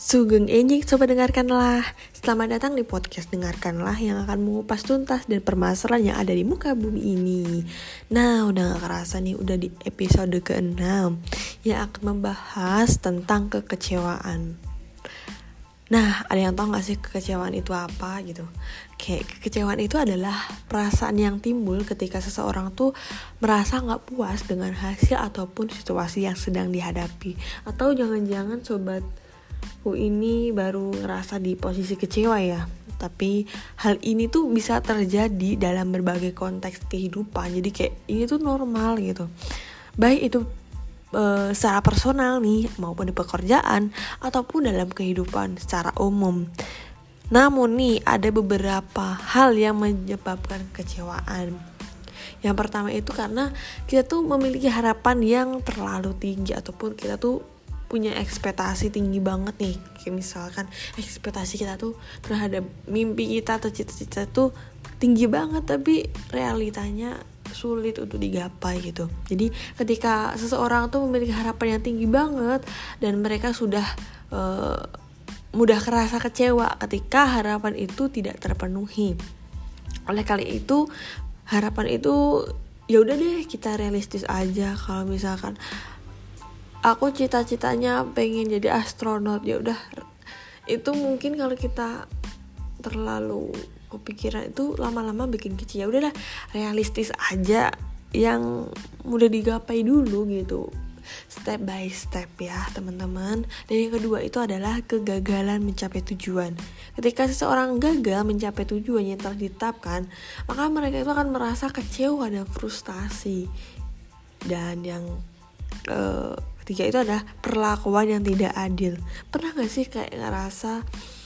Sugeng Enjing, coba dengarkanlah. Selamat datang di podcast Dengarkanlah yang akan mengupas tuntas dan permasalahan yang ada di muka bumi ini. Nah, udah gak kerasa nih, udah di episode ke-6 yang akan membahas tentang kekecewaan. Nah, ada yang tahu gak sih kekecewaan itu apa gitu? Kayak kekecewaan itu adalah perasaan yang timbul ketika seseorang tuh merasa gak puas dengan hasil ataupun situasi yang sedang dihadapi. Atau jangan-jangan sobatku ini baru ngerasa di posisi kecewa ya. Tapi hal ini tuh bisa terjadi dalam berbagai konteks kehidupan. Jadi kayak ini tuh normal gitu. Baik itu secara personal nih, maupun di pekerjaan ataupun dalam kehidupan secara umum. Namun nih ada beberapa hal yang menyebabkan kekecewaan. Yang pertama itu karena kita tuh memiliki harapan yang terlalu tinggi, ataupun kita tuh punya ekspektasi tinggi banget nih. Kayak misalkan ekspektasi kita tuh terhadap mimpi kita atau cita-cita tuh tinggi banget, tapi realitanya sulit untuk digapai gitu. Jadi ketika seseorang tuh memiliki harapan yang tinggi banget dan mereka sudah mudah kerasa kecewa ketika harapan itu tidak terpenuhi. Oleh kali itu harapan itu ya udah deh, kita realistis aja. Kalau misalkan aku cita-citanya pengen jadi astronot, ya udah, itu mungkin kalau kita terlalu kepikiran itu lama-lama bikin kecewa. Ya udahlah, realistis aja yang mudah digapai dulu gitu, step by step ya teman-teman. Dan yang kedua itu adalah kegagalan mencapai tujuan. Ketika seseorang gagal mencapai tujuan yang telah ditetapkan, maka mereka itu akan merasa kecewa dan frustasi. Dan yang ketiga itu adalah perlakuan yang tidak adil. Pernah gak sih kayak ngerasa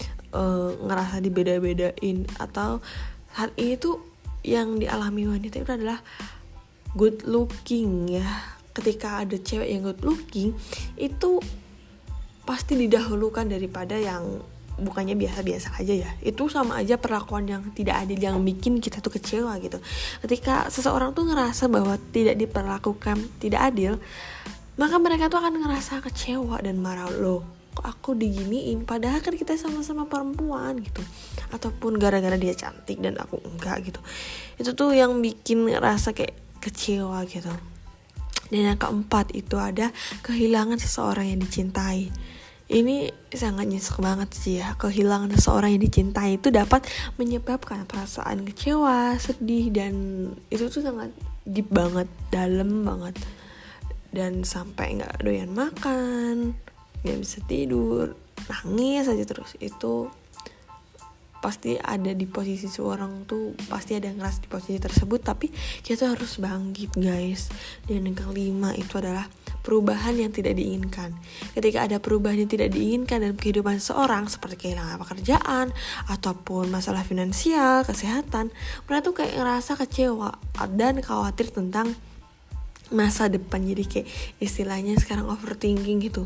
dibeda-bedain, atau hal ini tuh yang dialami wanita itu adalah good looking ya. Ketika ada cewek yang good looking itu pasti didahulukan daripada yang bukannya biasa-biasa aja ya. Itu sama aja perlakuan yang tidak adil yang bikin kita tuh kecewa gitu. Ketika seseorang tuh ngerasa bahwa tidak diperlakukan tidak adil, maka mereka tuh akan ngerasa kecewa dan marah. Loh, kok aku diginiin, padahal kan kita sama-sama perempuan gitu. Ataupun gara-gara dia cantik dan aku enggak gitu. Itu tuh yang bikin ngerasa kayak kecewa gitu. Dan yang keempat itu ada kehilangan seseorang yang dicintai. Ini sangat nyesek banget sih ya. Kehilangan seseorang yang dicintai itu dapat menyebabkan perasaan kecewa, sedih, dan itu tuh sangat deep banget, dalam banget. Dan sampai gak doyan makan, gak bisa tidur, nangis aja terus. Itu pasti ada di posisi seorang tuh, pasti ada yang ngerasa di posisi tersebut. Tapi kita harus bangkit guys. Dan yang kelima itu adalah perubahan yang tidak diinginkan. Ketika ada perubahan yang tidak diinginkan dalam kehidupan seorang, seperti kehilangan pekerjaan ataupun masalah finansial, kesehatan, mereka tuh kayak ngerasa kecewa dan khawatir tentang masa depan. Jadi kayak istilahnya sekarang overthinking gitu.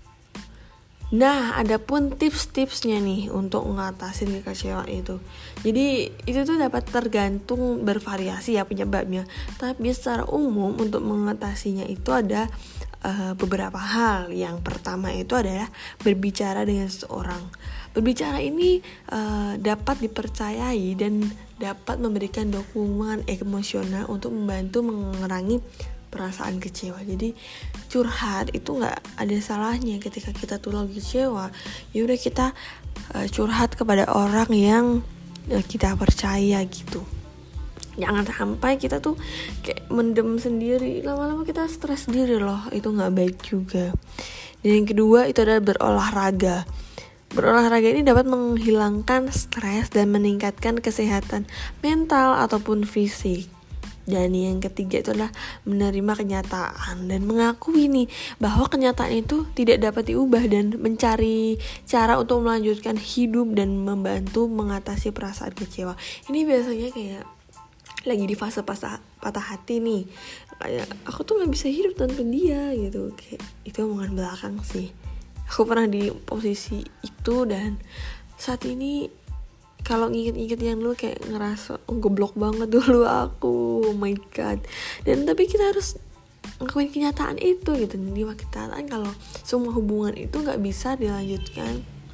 Nah, adapun tips-tipsnya nih untuk ngatasin kekecewaan itu. Jadi itu tuh dapat tergantung, bervariasi ya penyebabnya. Tapi secara umum untuk mengatasinya itu ada beberapa hal. Yang pertama itu adalah berbicara dengan seseorang. Berbicara ini dapat dipercayai dan dapat memberikan dukungan emosional untuk membantu mengurangi perasaan kecewa. Jadi curhat itu nggak ada salahnya. Ketika kita tuh lagi kecewa, ya udah kita curhat kepada orang yang kita percaya gitu. Jangan sampai kita tuh kayak mendem sendiri, lama-lama kita stres sendiri loh. Itu nggak baik juga. Dan yang kedua itu adalah berolahraga. Berolahraga ini dapat menghilangkan stres dan meningkatkan kesehatan mental ataupun fisik. Dan yang ketiga itu adalah menerima kenyataan dan mengakui nih bahwa kenyataan itu tidak dapat diubah, dan mencari cara untuk melanjutkan hidup dan membantu mengatasi perasaan kecewa. Ini biasanya kayak lagi di fase patah hati nih, kayak aku tuh nggak bisa hidup tanpa dia gitu. Kayak itu omongan belakang sih. Aku pernah di posisi itu, dan saat ini kalau nginget-nginget yang dulu kayak ngerasa goblok banget dulu aku, oh my god. Dan tapi kita harus ngakuin kenyataan itu gitu. Jadi kenyataan kalau semua hubungan itu nggak bisa dilanjutkan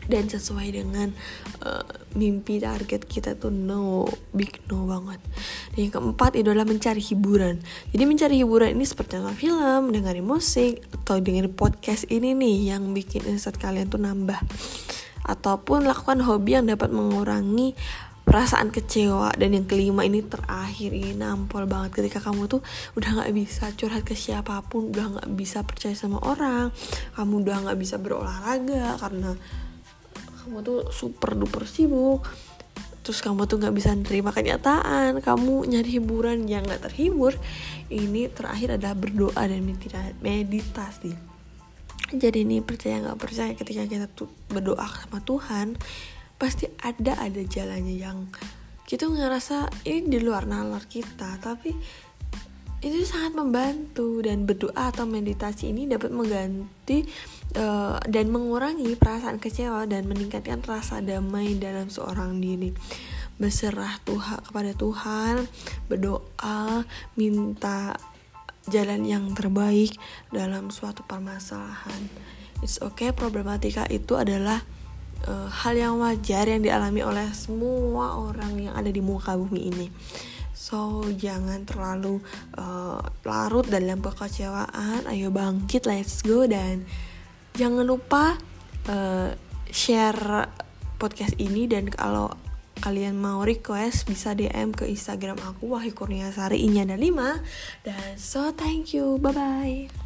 dan sesuai dengan mimpi target kita tuh big no banget. Dan yang keempat itu adalah mencari hiburan. Jadi mencari hiburan ini seperti nonton film, dengerin musik, atau dengerin podcast ini nih yang bikin insight kalian tuh nambah. Ataupun lakukan hobi yang dapat mengurangi perasaan kecewa. Dan yang kelima ini terakhir, ini nampol banget, ketika kamu tuh udah gak bisa curhat ke siapapun, udah gak bisa percaya sama orang, kamu udah gak bisa berolahraga karena kamu tuh super duper sibuk, terus kamu tuh gak bisa nerima kenyataan, kamu nyari hiburan yang gak terhibur. Ini terakhir adalah berdoa dan meditasi. Jadi ini percaya gak percaya, ketika kita tuh berdoa sama Tuhan, pasti ada jalannya yang kita ngerasa ini di luar nalar kita, tapi itu sangat membantu. Dan berdoa atau meditasi ini dapat mengganti dan mengurangi perasaan kecewa dan meningkatkan rasa damai dalam seorang diri. Berserah kepada Tuhan, berdoa, minta jalan yang terbaik dalam suatu permasalahan. It's okay, problematika itu adalah hal yang wajar yang dialami oleh semua orang yang ada di muka bumi ini. So jangan terlalu larut dalam kekecewaan. Ayo bangkit, let's go. Dan jangan lupa share podcast ini. Dan kalau kalian mau request bisa DM ke Instagram aku, Wahyu Kurniasari, I-nya ada 5. Dan so thank you, bye bye.